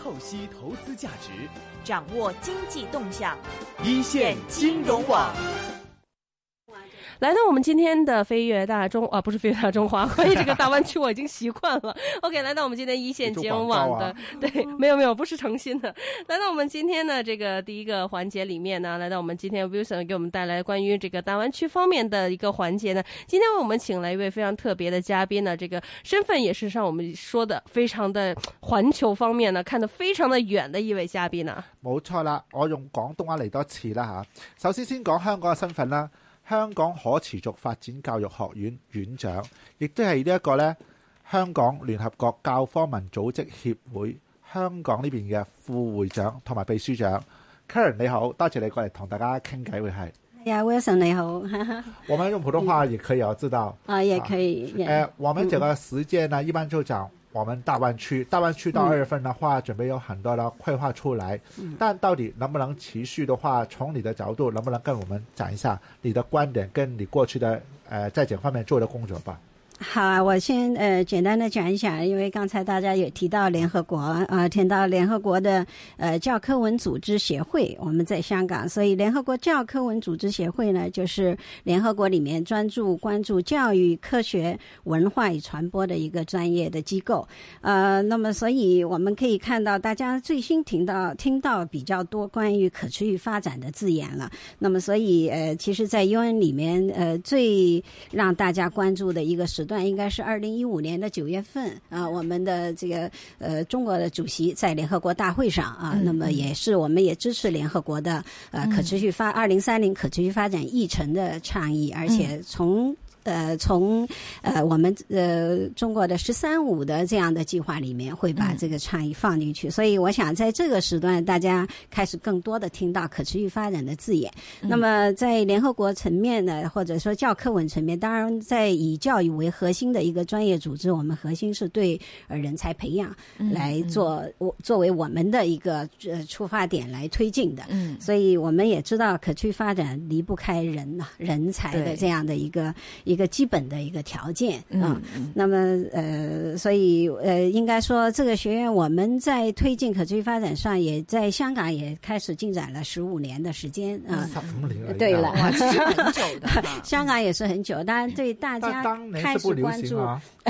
透析投资价值， 掌握经济动向， 一线金融网。 来到我们今天的飞跃大中不是飞跃大中华，关于这个大湾区我已经习惯了。OK， 来到我们今天一线金融网的，对，没有，不是诚心的。来到我们今天的这个第一个环节里面呢，来到我们今天 Wilson 给我们带来关于这个大湾区方面的一个环节呢。今天为我们请来一位非常特别的嘉宾呢，这个身份也是像我们说的非常的環球方面呢，看得非常的遠的一位嘉賓啊。 冇錯啦，我用廣東話嚟多次啦嚇。首先先講香港嘅身份啦。香港可持續發展教育學院院長，亦都係呢一個呢香港聯合國教科文組織協會香港呢邊嘅副會長同埋秘書長。Karen 你好，多謝你過嚟同大家傾偈會係。 呀 Wilson 你好。 我們用普通話也可以，我知道。 也可以。 我們這個時間呢，一般就講我們大灣區到2月份的話，準備有很多的規劃出來，但到底能不能持續的話，從你的角度能不能跟我們講一下你的觀點跟你過去的在這方面做的工作吧。 好啊，我先简单的讲一下，因为刚才大家也提到联合国提到联合国的教科文组织协会，我们在香港，所以联合国教科文组织协会呢，就是联合国里面关注教育、科学、文化与传播的一个专业的机构。那么所以我们可以看到，大家最新听到比较多关于可持续发展的字眼了。那么所以其实在 UN 里面最让大家关注的一个时段应该是2015年的9月份我们的这个中国的主席在联合国大会上那么也是我们也支持联合国的可持续2030可持续发展议程的倡议，而且从我们中国的13-5的这样的计划里面会把这个倡议放进去，所以我想在这个时段大家开始更多的听到可持续发展的字眼。那么在联合国层面呢，或者说教科文层面，当然在以教育为核心的一个专业组织，我们核心是对人才培养来作为我们的一个出发点来推进的。所以我们也知道可持续发展离不开人才的这样的一个基本的一个条件那么所以应该说这个学院我们在推进可持续发展上，也在香港也开始进展了15年的时间 15年对了， 其实很久的香港也是很久，当然对大家开始关注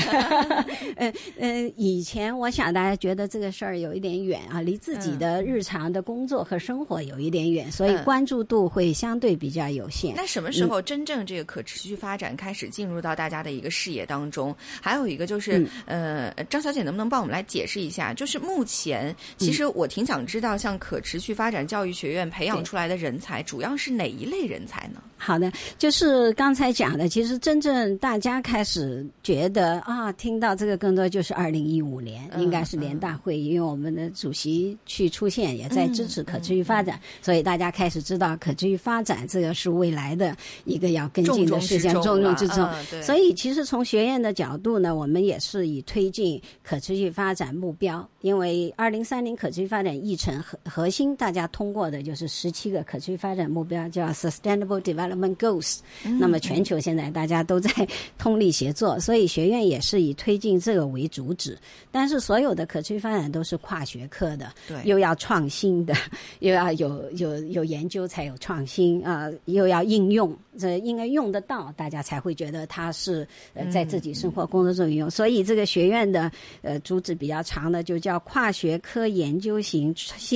以前我想大家觉得这个事儿有一点远离自己的日常的工作和生活有一点远，所以关注度会相对比较有限。 那什么时候真正这个可持续发展开始进入到大家的一个视野当中？还有一个就是张小姐能不能帮我们来解释一下，就是目前其实我挺想知道像可持续发展教育学院培养出来的人才主要是哪一类人才呢？ 好的，就是刚才讲的，其实真正大家开始觉得听到这个更多就是2015年应该是联大会因为我们的主席去出现也在支持可持续发展所以大家开始知道可持续发展这个是未来的一个要跟进的事项，重中之重所以其实从学院的角度呢，我们也是以推进可持续发展目标，因为2030可持续发展议程核心大家通过的就是17个可持续发展目标，叫 Sustainable Development Goals那么全球现在大家都在通力协作，所以学院也是以推进这个为主旨。但是所有的可持续发展都是跨学科的，又要创新的，又要有研究才有创新又要应用，这应该用得到大家才会觉得它是在自己生活工作中运用所以这个学院的主旨比较长的就叫跨学科研究型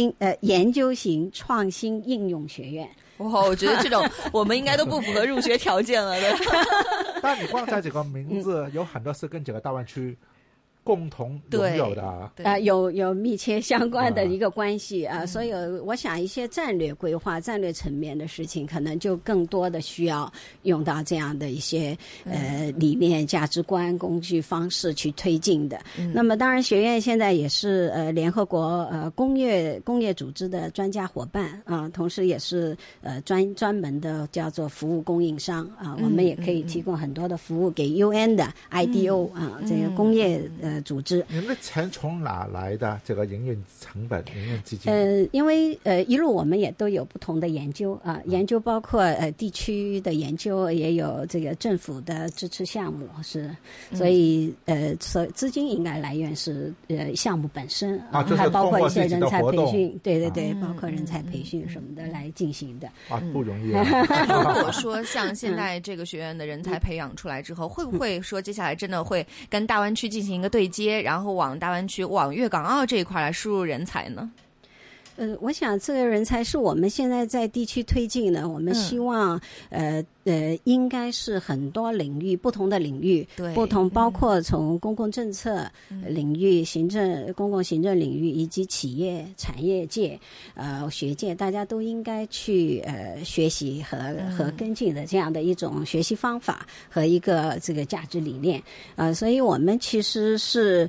创新应用学院。 哇，我觉得这种我们应该都不符合入学条件了的但你光在这个名字有很多是跟这个大湾区共同拥有的有密切相关的一个关系所以我想一些战略规划战略层面的事情可能就更多的需要用到这样的一些理念价值观工具方式去推进的那么当然学院现在也是联合国工业组织的专家伙伴同时也是专门的叫做服务供应商我们也可以提供很多的服务给 UN 的 IDO 这个工业组织。 你们的钱从哪来的？这个营运成本、营运基金？ 因为一路我们也都有不同的研究啊，研究包括地区的研究，也有这个政府的支持项目所以资金应该来源是项目本身就是还包括一些人才培训，对，包括人才培训什么的来进行的。 不容易如果说像现在这个学院的人才培养出来之后，会不会说接下来真的会跟大湾区进行一个对接，然后往大湾区、往粤港澳这一块来输入人才呢？ 我想这个人才是我们现在在地区推进的，我们希望应该是很多领域不同的领域， 对， 不同包括从公共政策领域、公共行政领域以及企业、产业界、学界，大家都应该去学习和跟进的这样的一种学习方法和一个这个价值理念所以我们其实是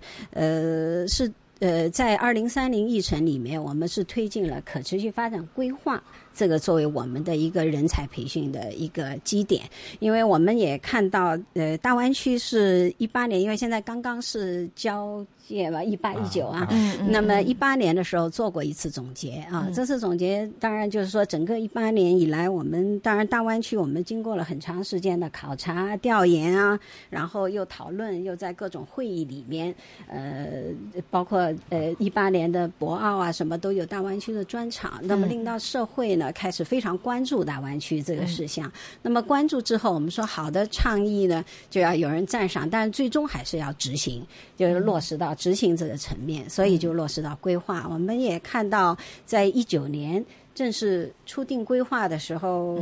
在2030议程里面，我们是推进了可持续发展规划，这个作为我们的一个人才培训的一个基点。因为我们也看到，大湾区是18年，因为现在刚刚是交界嘛，18、19那么18年的时候做过一次总结这次总结当然就是说，整个18年以来，我们当然大湾区我们经过了很长时间的考察、调研然后又讨论，又在各种会议里面，包括18年的博鳌什么都有大湾区的专场，那么令到社会呢开始非常关注大湾区这个事项。那么关注之后，我们说好的倡议呢就要有人赞赏，但是最终还是要执行，就是落实到执行这个层面，所以就落实到规划。我们也看到，在19年正式初定规划的时候，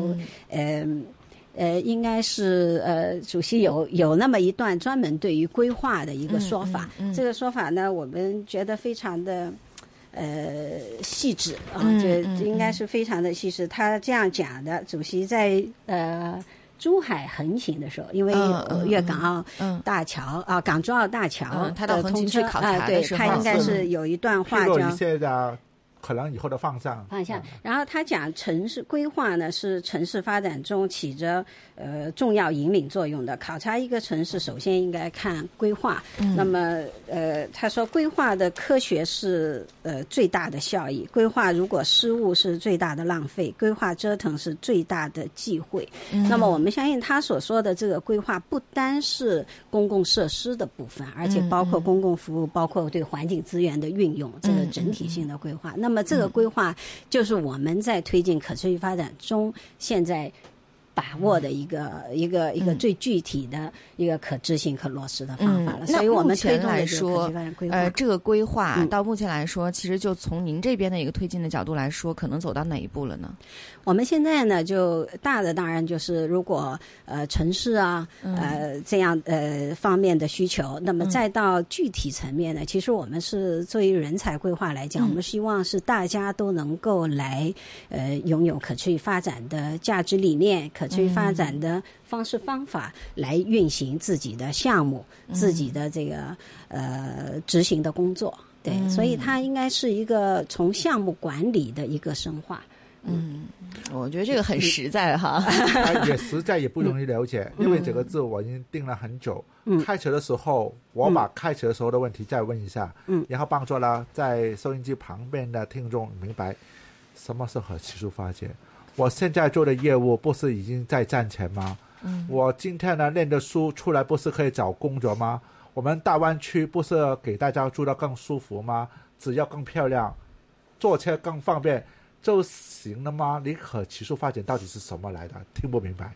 应该是主席有那么一段专门对于规划的一个说法。这个说法呢，我们觉得非常的细致就应该是非常的细致。他这样讲的，主席在珠海横行的时候，因为粤港澳大桥港珠澳大桥他到横琴去考察的时候， 对，他应该是有一段话叫一些的可能以后的方向。 然后他讲城市规划呢是城市发展中起着重要引领作用的。考察一个城市，首先应该看规划。那么他说规划的科学是最大的效益，规划如果失误是最大的浪费，规划折腾是最大的忌讳。那么我们相信他所说的这个规划不单是公共设施的部分，而且包括公共服务，包括对环境资源的运用，这个整体性的规划。那么这个规划就是我们在推进可持续发展中现在把握的一个最具体的一个可执行可落实的方法了。所以我们推动的这个可持续发展规划， 这个规划到目前来说，其实就从您这边的一个推进的角度来说，可能走到哪一步了呢？ 我们现在呢，就大的当然就是如果城市这样方面的需求，那么再到具体层面呢，其实我们是作为人才规划来讲，我们希望是大家都能够来拥有可持续发展的价值理念、可持续发展的方式方法来运行自己的项目、自己的这个执行的工作。对，所以它应该是一个从项目管理的一个深化。 我觉得这个很实在哈， 也实在也不容易了解，因为这个字我已经定了很久。开始的时候，我把开始的时候的问题再问一下，然后帮助了在收音机旁边的听众明白什么是可持续发展。我现在做的业务不是已经在赚钱吗？我今天呢念的书出来不是可以找工作吗？我们大湾区不是给大家住得更舒服吗？只要更漂亮，坐车更方便就行了吗？你可持续发展到底是什么来的？听不明白。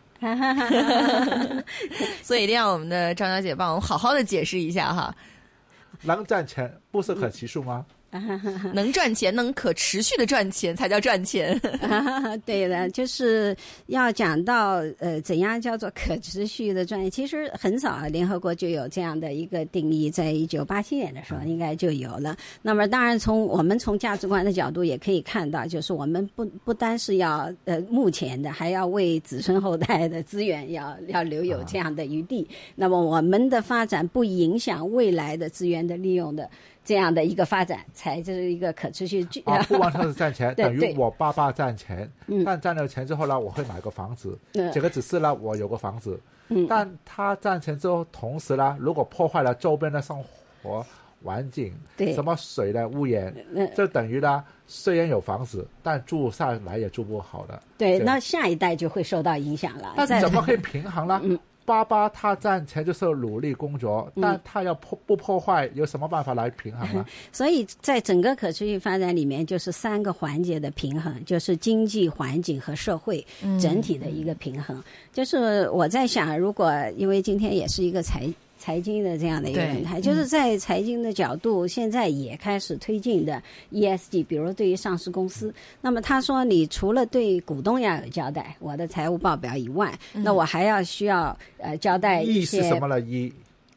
所以一定要我们的张小姐帮我们好好的解释一下哈。 能赚钱不是可持续吗？ 能赚钱，能可持续的赚钱才叫赚钱。 对的，就是要讲到怎样叫做可持续的赚钱。其实很早联合国就有这样的一个定义，在1987年的时候应该就有了。那么当然我们从价值观的角度也可以看到，就是我们不单是要目前的，还要为子孙后代的资源要留有这样的余地。那么我们的发展不影响未来的资源的利用的这样的一个发展，才就是一个可持续不完全是赚钱等于我爸爸赚钱，但赚了钱之后呢，我会买个房子，这个只是呢我有个房子，但他赚钱之后同时呢，如果破坏了周边的生活环境， 对， 什么水的污染，就等于呢，虽然有房子，但住下来也住不好的。 对，那下一代就会受到影响了。 那怎么可以平衡呢？爸爸他赚钱就是努力工作，但他要不破坏，有什么办法来平衡呢？ 所以在整个可持续发展里面，就是3个环节的平衡，就是经济、环境和社会整体的一个平衡。就是我在想，如果因为今天也是一个财经的这样的一个平台，就是在财经的角度，现在也开始推进的 ESG， 比如对于上市公司，那么他说你除了对股东要有交代，我的财务报表以外，那我还需要交代一些。 E 是什么了？E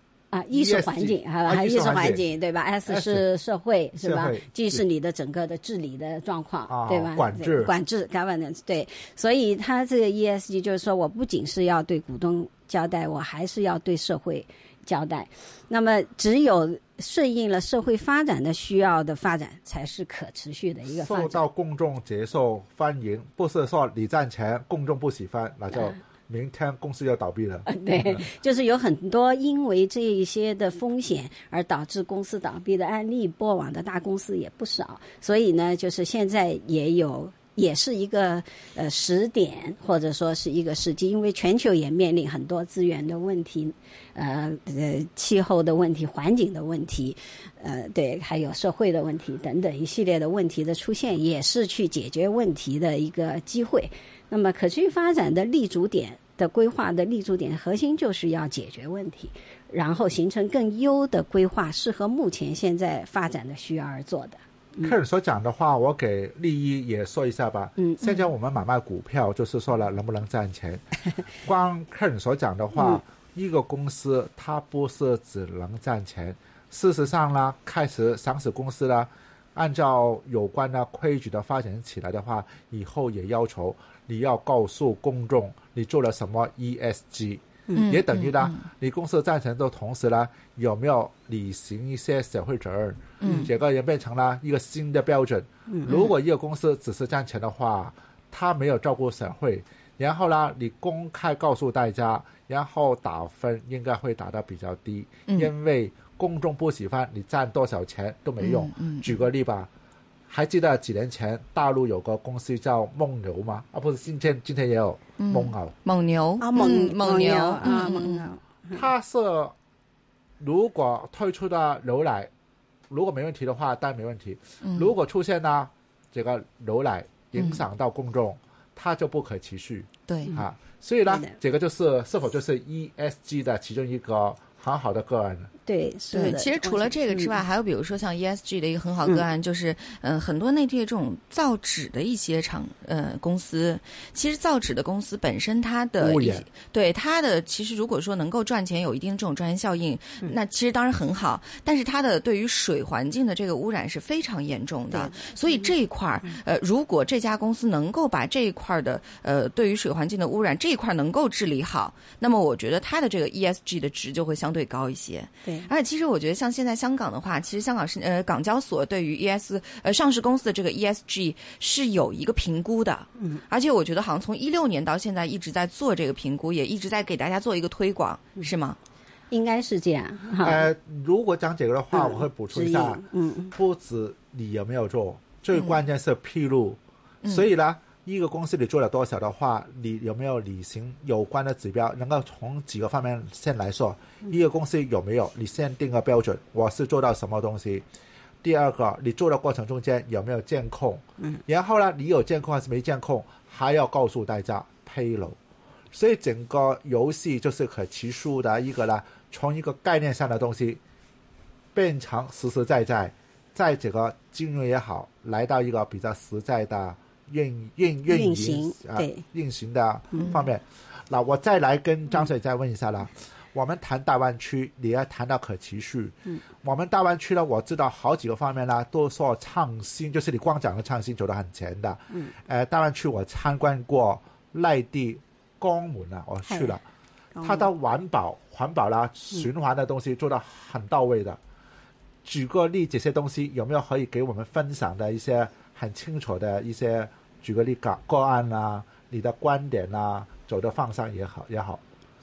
E 是环境，还有E是环境，对吧 ？S 是社会，是吧？G 是你的整个的治理的状况，对吧？管制 governance， 对。所以它这个 ESG 就是说我不仅是要对股东交代，我还是要对社会交代。那么只有顺应了社会发展的需要的发展，才是可持续的一个发展。 受到公众接受欢迎，不是说你赚钱公众不喜欢，那就明天公司要倒闭了。 对，就是有很多因为这一些的风险而导致公司倒闭的案例，过往的大公司也不少。所以呢，就是现在也是一个时点，或者说是一个时机，因为全球也面临很多资源的问题，气候的问题、环境的问题，对，还有社会的问题等等一系列的问题的出现，也是去解决问题的一个机会。那么可持续发展的立足点的规划的立足点核心就是要解决问题，然后形成更优的规划，适合目前现在发展的需要而做的。 客人所讲的话，我给利益也说一下吧。现在我们买卖股票就是说了能不能赚钱。光客人所讲的话，一个公司它不是只能赚钱，事实上呢，开始上市公司呢，按照有关的规矩的发展起来的话，以后也要求你要告诉公众你做了什么 ESG，也等于呢，你公司赚钱的同时呢，有没有履行一些社会责任？这个也变成了一个新的标准。如果一个公司只是赚钱的话，他没有照顾社会，然后呢，你公开告诉大家，然后打分应该会打得比较低，因为公众不喜欢你赚多少钱都没用。举个例吧。还记得几年前大陆有个公司叫蒙牛吗？不是，今天也有蒙牛。 蒙牛啊，蒙牛啊， 蒙牛。 它是如果推出的牛奶，如果没问题的话，当然没问题。如果出现呢这个牛奶影响到公众，它就不可持续。 对啊，所以呢，这个就是是否就是 ESG 的其中一个很好的个案呢？ 对，是的。 其实除了这个之外，还有比如说像 ESG 的一个很好个案，就是很多内地的这种造纸的一些公司，其实造纸的公司本身它的对它的其实如果说能够赚钱，有一定的这种专业效应，那其实当然很好。但是它的对于水环境的这个污染是非常严重的，所以这一块如果这家公司能够把这一块的对于水环境的污染这一块能够治理好，那么我觉得它的这个 ESG 的值就会相对高一些。 对。 而且其实我觉得像现在香港的话，其实香港是港交所对于上市公司的这个 ESG 是有一个评估的。而且我觉得好像从16年到现在一直在做这个评估，也一直在给大家做一个推广，是吗？ 应该是这样。 如果讲这个的话，我会补充一下，不止你有没有做，最关键是披露。所以呢，一个公司你做了多少的话，你有没有履行有关的指标，能够从几个方面先来说。一个公司有没有你先定个标准，我是做到什么东西。第二个，你做的过程中间有没有监控，然后呢，你有监控还是没监控，还要告诉大家披露。所以整个游戏就是可持续的一个呢，从一个概念上的东西变成实实在在，在这个金融也好，来到一个比较实在的运行的方面。那我再来跟张水再问一下啦。我们谈大湾区，你要谈到可持续。我们大湾区呢，我知道好几个方面呢，都说创新，就是你光讲的创新走得很前的。大湾区我参观过内地江门啊，我去了，它的环保啦、循环的东西做得很到位的。举个例，这些东西有没有可以给我们分享的一些很清楚的一些，举个例个案啊，你的观点啊，走的方向也好。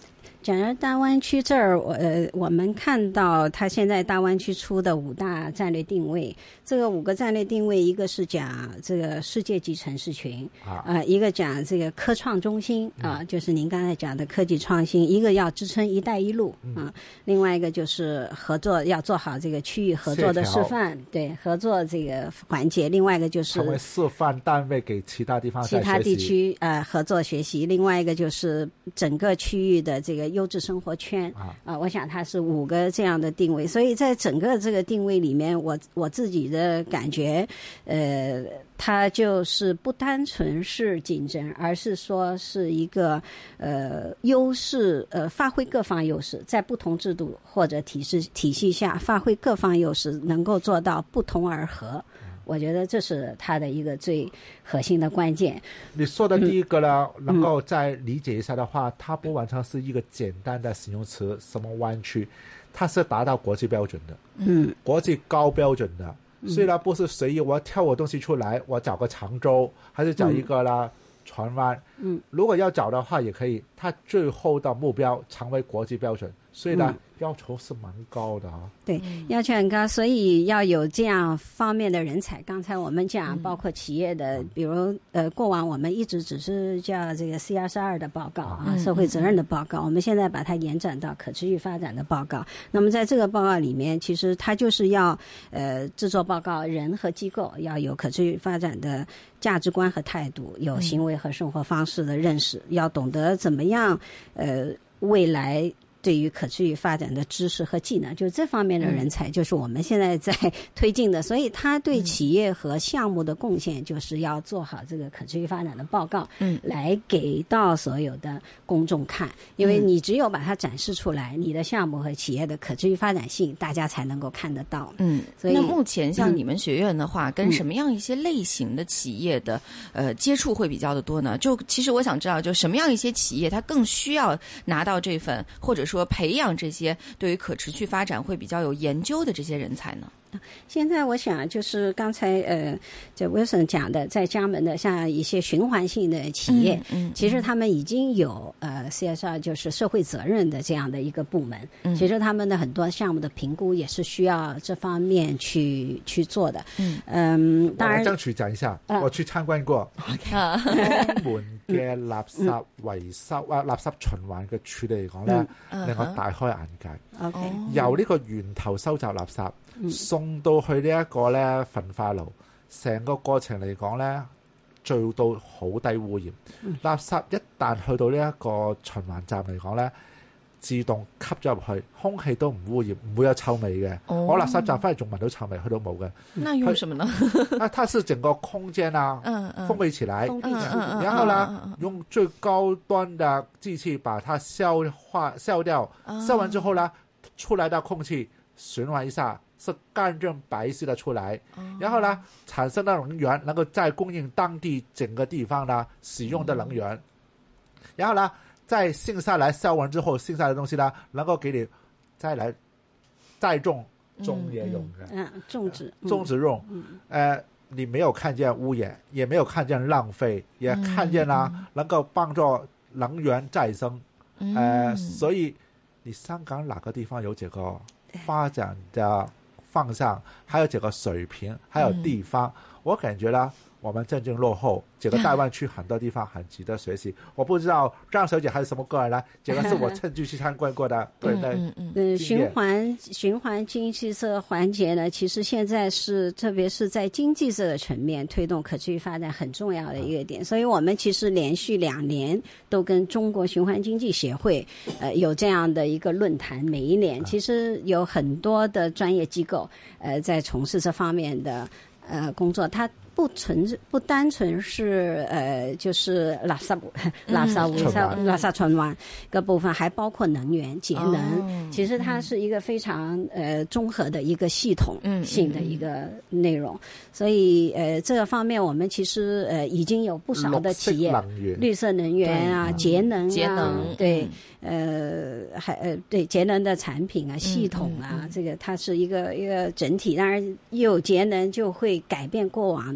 讲到大湾区这儿，我们看到它现在大湾区出的5大战略定位，这个5个战略定位，一个是讲这个世界级城市群一个讲这个科创中心就是您刚才讲的科技创新，一个要支撑一带一路另外一个就是合作，要做好这个区域合作的示范，对合作这个环节，另外一个就是成为示范单位给其他地方其他地区合作学习，另外一个就是整个区域的这个优质生活圈我想它是5个这样的定位，所以在整个这个定位里面，我自己的感觉它就是不单纯是竞争，而是说是一个优势发挥各方优势，在不同制度或者体系下发挥各方优势，能够做到不同而合。我觉得这是它的一个最核心的关键。 你说的第一个呢，能够再理解一下的话，它不完全是一个简单的形容词，什么湾区，它是达到国际标准的，国际高标准的。虽然不是随意我挑我东西出来，我找个常州还是找一个啦船湾，如果要找的话也可以，它最后的目标成为国际标准，所以呢要求是蛮高的对，要求很高，所以要有这样方面的人才。刚才我们讲包括企业的比如过往我们一直只是叫这个 CSR 的报告社会责任的报告，我们现在把它延展到可持续发展的报告。那么在这个报告里面，其实它就是要制作报告，人和机构要有可持续发展的价值观和态度，有行为和生活方式的认识，要懂得怎么样未来对于可持续发展的知识和技能，就这方面的人才就是我们现在在推进的。所以他对企业和项目的贡献就是要做好这个可持续发展的报告来给到所有的公众看，因为你只有把它展示出来，你的项目和企业的可持续发展性大家才能够看得到。所以那目前像你们学院的话跟什么样一些类型的企业的接触会比较的多呢？就其实我想知道，就什么样一些企业它更需要拿到这份，或者说培养这些对于可持续发展会比较有研究的这些人才呢？ 现在我想就是刚才这 Wilson 讲的，在江门的像一些循环性的企业其实他们已经有CSR 就是社会责任的这样的一个部门其实他们的很多项目的评估也是需要这方面去做的当然我争取讲一下我去參觀過江門嘅垃圾維修垃圾循環嘅處理嚟講咧令我大開眼界由呢個源頭收集垃圾送到去呢一個咧焚化爐，成個過程嚟講咧做到好低污染垃圾一旦去到呢一個循環站嚟講咧自動吸咗入去，空氣都唔污染，唔會有臭味嘅我垃圾站翻嚟仲聞到臭味，去到冇嘅。 那用什麼呢？ 它是整個空間封閉起來然後呢用最高端的機器把它消掉消完之後呢出來的空氣循環一下是乾淨白色的出來然後呢產生的能源能夠再供應當地整個地方呢使用的能源然後呢再剩下來燒完之後剩下的東西呢能夠給你再種也用的種植用你沒有看見污染也沒有看見浪費也看見了能夠幫助能源再生所以你香港哪個地方有這個發展的方向還有這個水平還有地方我感覺呢我們真正落後這個大灣區很多地方很值得學習我不知道張小姐還有什麼個人呢這個是我趁機去參觀過的對循環經濟這個環節呢其實現在是特別是在經濟這個層面推動可持續發展很重要的一個點所以我們其實連續2年都跟中國循環經濟協會有這樣的一個論壇每一年其實有很多的專業機構在從事這方面的工作它不單純是就是垃圾循環嘅部分還包括能源節能其實它是一個非常綜合的一個系統性的一個內容所以這個方面我們其實已經有不少的企業綠色能源啊節能對對節能的產品啊系統啊這個它是一個整體當然又有節能就會改變過往的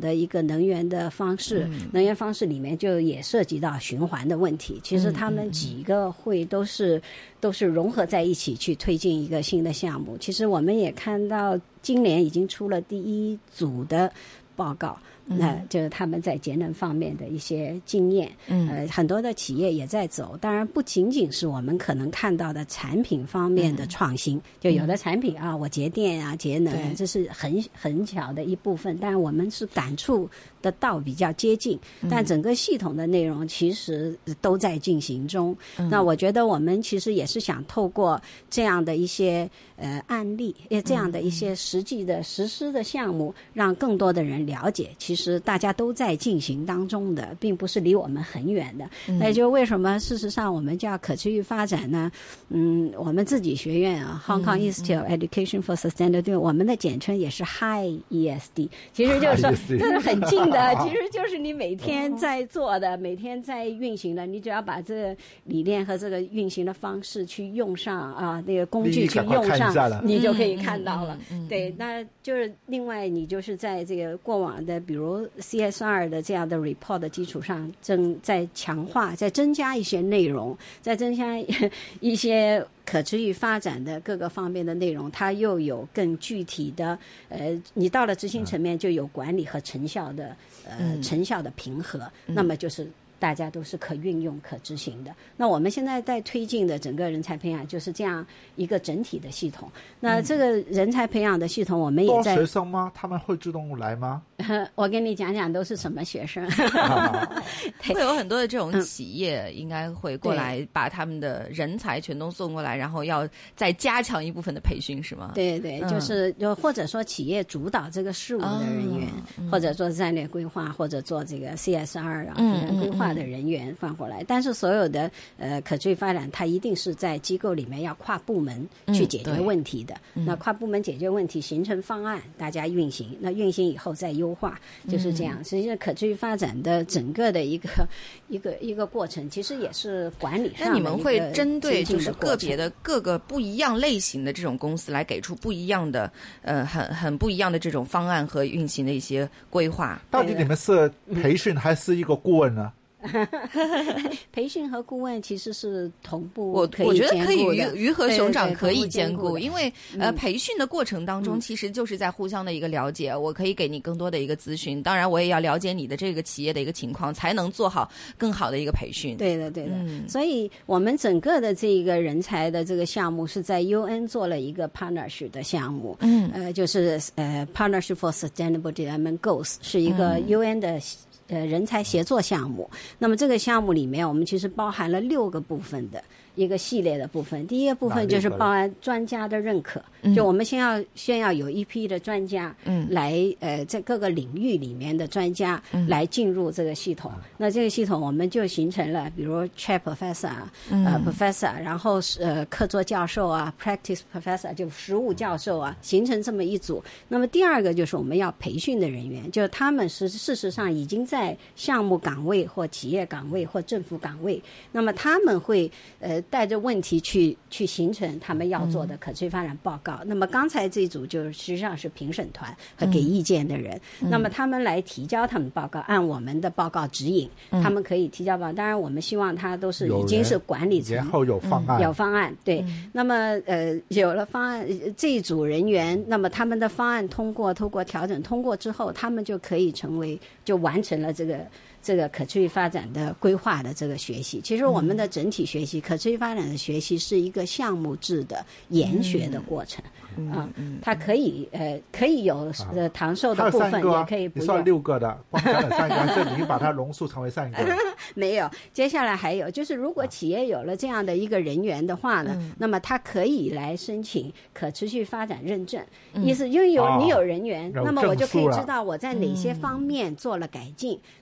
的一个能源的方式，能源方式里面就也涉及到循环的问题。其实他们几个会都是融合在一起去推进一个新的项目。其实我们也看到今年已经出了第一组的报告，就是他们在节能方面的一些经验，很多的企业也在走。当然不仅仅是我们可能看到的产品方面的创新，就有的产品啊，我节电啊、节能，这是很小的一部分，但我们是感触得到比较接近，但整个系统的内容其实都在进行中。那我觉得我们其实也是想透过这样的一些案例，这样的一些实际的实施的项目，让更多的人了解，其实大家都在进行当中的，并不是离我们很远的。那就为什么事实上我们叫可持续发展呢？我们自己学院啊 ，Hong Kong Institute of Education for Sustainability，我们的简称也是 High ESD， 其实就是说这是很近的，其实就是你每天在做的，每天在运行的，你只要把这个理念和这个运行的方式去用上啊，那个工具去用上，你就可以看到了。对，那就是另外你就是在这个过往的比如 CSR 的这样的 report 的基础上，正在强化，在增加一些内容，在增加一些可持续发展的各个方面的内容，它又有更具体的你到了执行层面就有管理和成效的成效的平衡，那么就是大家都是可运用可执行的。那我们现在在推进的整个人才培养就是这样一个整体的系统。那这个人才培养的系统我们也在多学生吗？他们会自动来吗？ 我跟你讲讲都是什么学生会有很多的这种企业应该会过来把他们的人才全都送过来，然后要再加强一部分的培训是吗？ 对对，就是或者说企业主导这个事务的人员，或者做战略规划，或者做这个 CSR 啊规划的人员放过来。但是所有的可持续发展它一定是在机构里面要跨部门去解决问题的。那跨部门解决问题形成方案，大家运行，那运行以后再优化，就是这样。实际上可持续发展的整个的一个过程其实也是管理上的。 那你们会针对就是个别的各个不一样类型的这种公司来给出不一样的很不一样的这种方案和运行的一些规划？ 到底你们是培训还是一个顾问呢？ 培训和顾问其实是同步可以兼顾的。 我觉得可以鱼和熊掌可以兼顾，因为培训的过程当中其实就是在互相的一个了解，我可以给你更多的一个咨询，当然我也要了解你的这个企业的一个情况，才能做好更好的一个培训。 对的对的，所以我们整个的这个人才的这个项目是在 UN 做了一个 partnership 的项目，就是Partnership for Sustainable Development Goals 是一个 UN 的人才协作项目。那么这个项目里面我们其实包含了6个部分的一个系列的部分。第一个部分就是包含专家的认可，就我们先要有一批的专家来在各个领域里面的专家来进入这个系统。那这个系统我们就形成了比如 Chair Professor Professor， 然后客座教授啊 Practice Professor 就实务教授啊，形成这么一组。那么第二个就是我们要培训的人员，就是他们事实上已经在项目岗位或企业岗位或政府岗位，那么他们会带着问题去形成他们要做的可持续发展报告。那么刚才这一组就实际上是评审团和给意见的人，那么他们来提交他们报告，按我们的报告指引，他们可以提交报告。当然我们希望他都是已经是管理层， 然后有方案， 有方案，对。那么有了方案，这一组人员，那么他们的方案通过调整通过之后，他们就可以就完成了这个可持续发展的规划的这个学习。其实我们的整体学习，可持续发展的学习是一个项目制的研学的过程。它可以有堂授的部分，也可以不用。 你说6个的，光讲了3个，还是你把它浓缩成为3个？ 没有，接下来还有就是，如果企业有了这样的一个人员的话呢，那么他可以来申请可持续发展认证。意思因为你有人员，那么我就可以知道我在哪些方面做了改进。那这个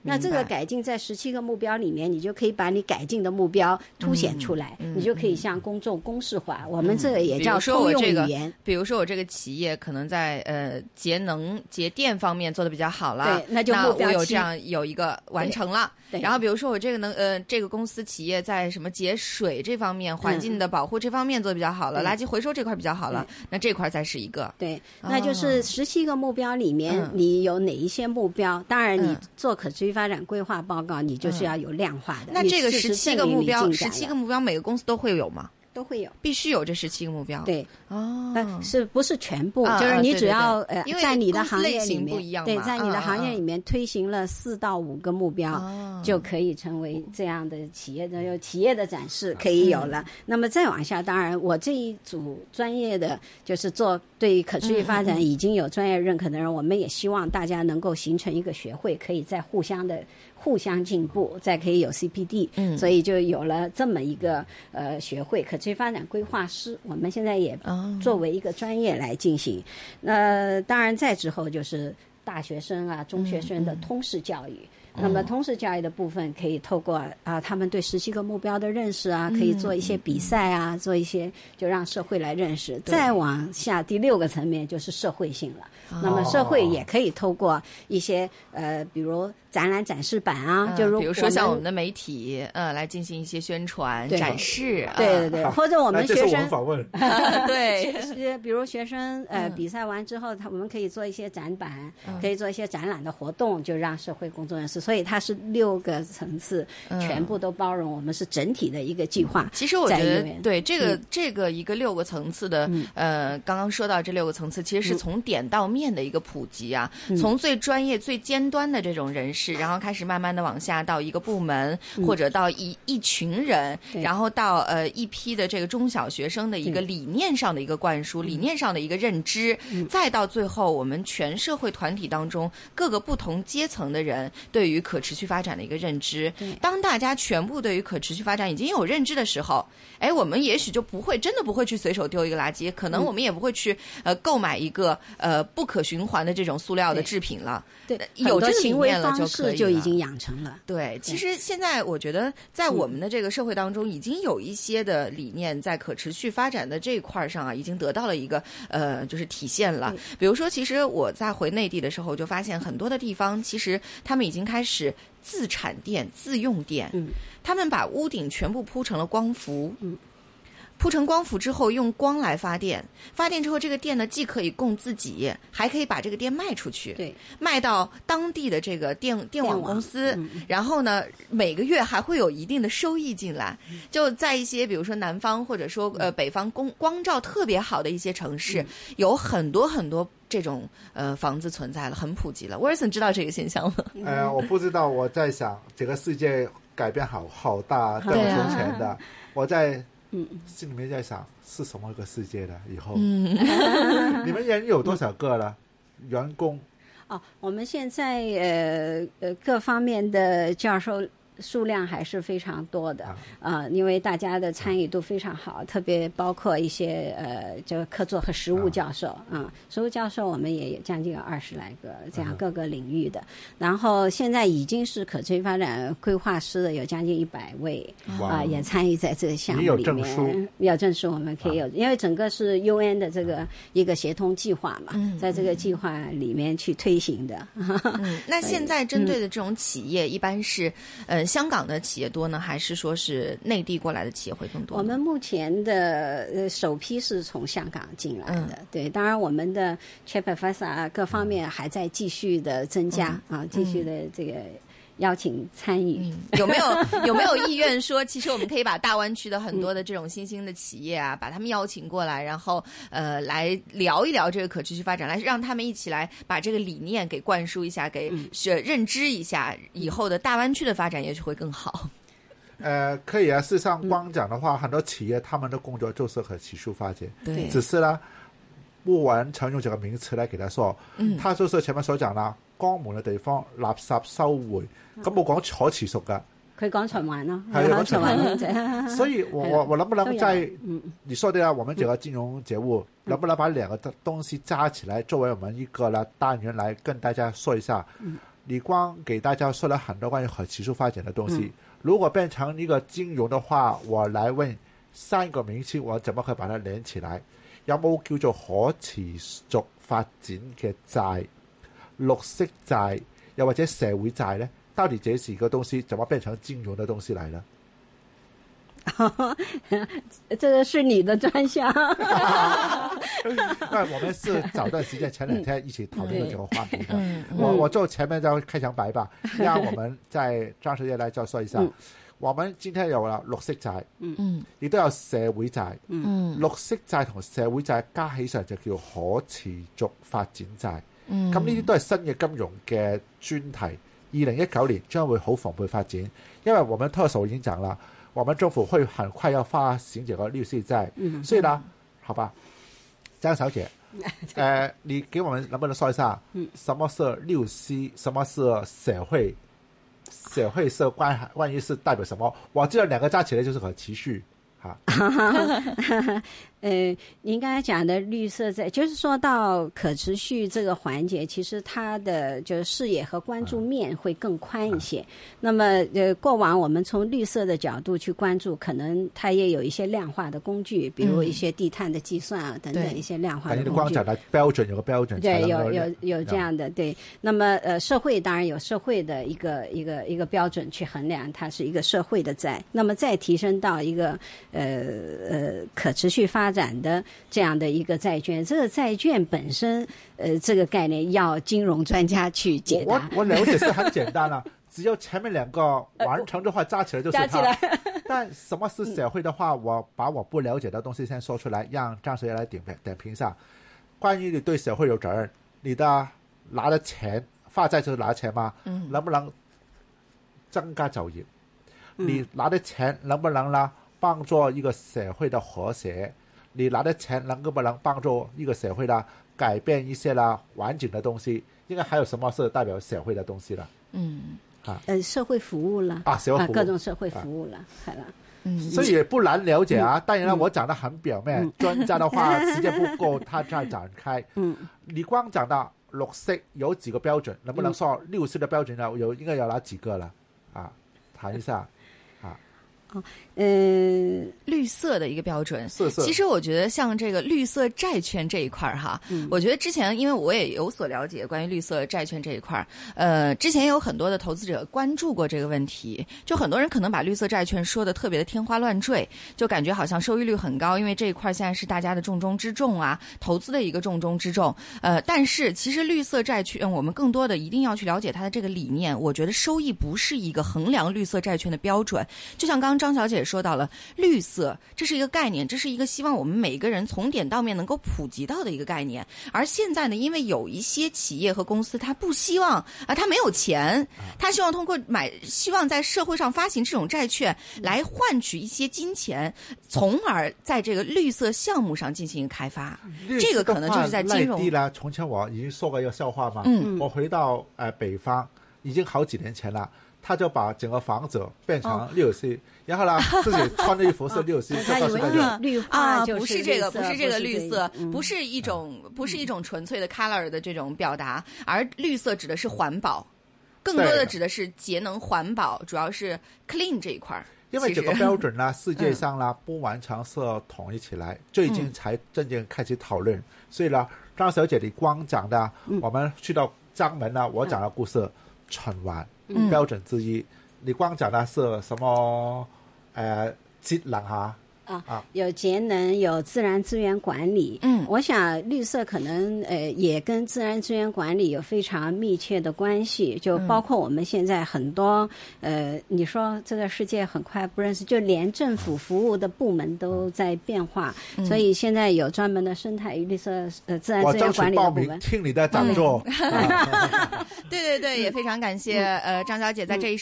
改进在17个目标里面，你就可以把你改进的目标凸显出来，你就可以向公众公式化。我们这个也叫通用语言。 比如说我这个企业可能在节能节电方面做得比较好了， 对，那就目标我有这样有一个完成了。 对， 然后比如说我这个这个公司企业在什么节水这方面、环境的保护这方面做得比较好了，垃圾回收这块比较好了，那这块再是一个。 对，那就是17个目标里面你有哪一些目标？当然你做可持续发展规划报告，你就是要有量化的。 那这个17个目标每个公司都会有吗？ 都会有， 必须有这17个目标。 对，是不是全部？就是你只要在你的行业里面，对，在你的行业里面推行了4到5个目标，就可以成为这样的企业的有企业的展示可以有了。那么再往下，当然我这一组专业的就是做对可持续发展已经有专业认可的人，我们也希望大家能够形成一个学会，可以在互相进步，再可以有 CPD，所以就有了这么一个学会可持续发展规划师，我们现在也作为一个专业来进行。当然再之后就是大学生啊、中学生的通识教育。那么通识教育的部分可以透过他们对17个目标的认识啊，可以做一些比赛啊，做一些就让社会来认识。再往下第6个层面就是社会性了。那么社会也可以透过一些比如展览展示板啊，就比如说像我们的媒体来进行一些宣传展示。 对，或者我们学生访问对， 比如学生比赛完之后，我们可以做一些展板，可以做一些展览的活动，就让社会公众人士。所以它是6个层次，全部都包容。我们是整体的一个计划。 其实我觉得，对这个一个6个层次的，刚刚说到这6个层次，其实是从点到面的一个普及啊，从最专业、最尖端的这种人士，然后开始慢慢的往下到一个部门，或者到一群人，然后到一批的这个中小学生的一个理念上的一个灌输，理念上的一个认知，再到最后我们全社会团体当中各个不同阶层的人对于可持续发展的一个认知。当大家全部对于可持续发展已经有认知的时候，我们也许就真的不会去随手丢一个垃圾，可能我们也不会去购买一个不可循环的这种塑料的制品了。 对， 有这个理念了就已经养成了。 对，其实现在我觉得在我们的这个社会当中，已经有一些的理念在可持续发展的这一块上啊，已经得到了一个就是体现了。比如说，其实我在回内地的时候，就发现很多的地方，其实他们已经开始自产电、自用电，他们把屋顶全部铺成了光伏，铺成光伏之后用光来发电，发电之后这个电呢既可以供自己，还可以把这个电卖出去， 对， 卖到当地的这个电网公司，然后呢每个月还会有一定的收益进来。就在一些比如说南方或者说北方光照特别好的一些城市，有很多很多这种房子存在了，很普及了。威尔森知道这个现象吗？ 我不知道，我在想这个世界改变好大，更从前的，我在心里面在想是什么个世界的以后。你们人有多少个了？员工？ 我们现在各方面的教授数量还是非常多的因为大家的参与度非常好，特别包括一些就客座和实务教授实务教授我们也有将近有20来个这样各个领域的，然后现在已经是可持续发展规划师的有将近100位也参与在这个项目里面。有证书我们可以有，因为整个是 UN 的这个一个协同计划嘛，在这个计划里面去推行的。 那现在针对的这种企业一般是香港的企业多呢，还是说是内地过来的企业会更多呢？ 我们目前的首批是从香港进来的，对，当然我们的 Chairperson 各方面还在继续的增加继续的这个邀请参与。 有没有意愿说，其实我们可以把大湾区的很多的这种新兴的企业啊，把他们邀请过来，然后来聊一聊这个可持续发展，来让他们一起来把这个理念给灌输一下，给认知一下，以后的大湾区的发展也许会更好。 可以啊。事实上，光讲的话，很多企业他们的工作就是可持续发展， 对， 只是呢不完全用这个名词来给他說。他就是前面所講啦，江門嘅地方垃圾收回，咁冇講可持續㗎。 佢講循環咯， 係講循環。 所以我能不能在你說的我們這個金融節目能不能把兩個東西加起來，作為我們一個呢單元來跟大家說一下， 李光给大家说了很多关于可持续发展的东西。如果变成一个金融的話，我來問三個名詞，我怎麼可以把它連起來？有冇叫做可持續發展嘅債、綠色債，又或者社會債呢？到底這是個東西怎麼變成金融的東西來呢？ 這個是你的專項。 那我們是早段時間前兩天一起討論的這個話題的。我做前面的開場白吧，讓我們在張小姐來再說一下。我們今天有了綠色債，亦都有社會債。綠色債同社會債加起上就叫可持續發展債。咁呢啲都係新嘅金融嘅專題。2019年將會好蓬勃發展，因為我們特首已經講了，我們政府會很快要發行這個綠色債。所以呢，好吧，張小姐，你給我們能不能說一下，什麼是綠色，什麼是社會？社會是關於是代表什麼？我知道兩個加起來就是可持續。 您刚才讲的绿色债，就是说到可持续这个环节，其实它的就是视野和关注面会更宽一些。那么过往我们从绿色的角度去关注，可能它也有一些量化的工具，比如一些地碳的计算啊等等一些量化的工具。 光讲的标准有个标准， 对，有这样的对。那么社会当然有社会的一个标准去衡量，它是一个社会的债。那么再提升到一个可持续发展的这样的一个债券，这个债券本身这个概念要金融专家去解答。 我了解是很简单了，只有前面两个完成的话加起来就是它。加起来但什么是社会的话，我把我不了解的东西先说出来，让张学来点评一下。关于你对社会有责任，你的拿的钱发债就是拿钱吗？能不能增加就业？你拿的钱能不能呢帮助一个社会的和谐？你拿的钱能不能帮助一个社会呢改变一些啦环境的东西？应该还有什么是代表社会的东西了？ 社会服务了社会服务各种社会服务了，好了。 所以也不难了解啊。当然了，我讲的很表面，专家的话时间不够，他再展开。你光讲到綠色有幾個標準，能不能說綠色的標準呢？應該有哪幾個了？談一下。 綠色的一個標準， 是其實我覺得像這個綠色債券這一塊哈，我覺得之前因為我也有所了解關於綠色債券這一塊，之前有很多的投資者關注過這個問題，就很多人可能把綠色債券說得特別的天花亂墜，就感覺好像收益率很高，因為這一塊現在是大家的重中之重啊，投資的一個重中之重。但是其實綠色債券我們更多的一定要去了解它的這個理念，我覺得收益不是一個衡量綠色債券的標準。就像剛剛張小姐說到了綠色，這是一個概念，這是一個希望我們每個人從點到面能夠普及到的一個概念。而現在呢，因為有一些企業和公司，他不希望他沒有錢，他希望通過希望在社會上發行這種債券來換取一些金錢，從而在這個綠色項目上進行開發。這個可能就是在金融。 內地啦，從前我已經說過一個笑話嘛，我回到北方已經好幾年前了。他就把整個房子變成綠色，然後呢，自己穿的衣服是綠色， 他以為綠化就是綠色， 不是這個綠色，不是一種純粹的 color 的這種表達，而綠色指的是環保，更多的指的是節能環保，主要是 clean 這一塊。 因為這個標準呢，世界上呢不完全是統一起來，最近才真正開始討論。所以呢，張小姐你光講的，我們去到江門呢，我講的故事循環。標準之一，你光講的是什麼？節能哈？ 有節能，有自然資源管理。我想綠色可能也跟自然資源管理有非常密切的關係，就包括我們現在很多你說這個世界很快不認識，就連政府服務的部門都在變化，所以現在有專門的生態與綠色自然資源管理的部門。 聽你的講座。 對對對，也非常感謝張小姐在這一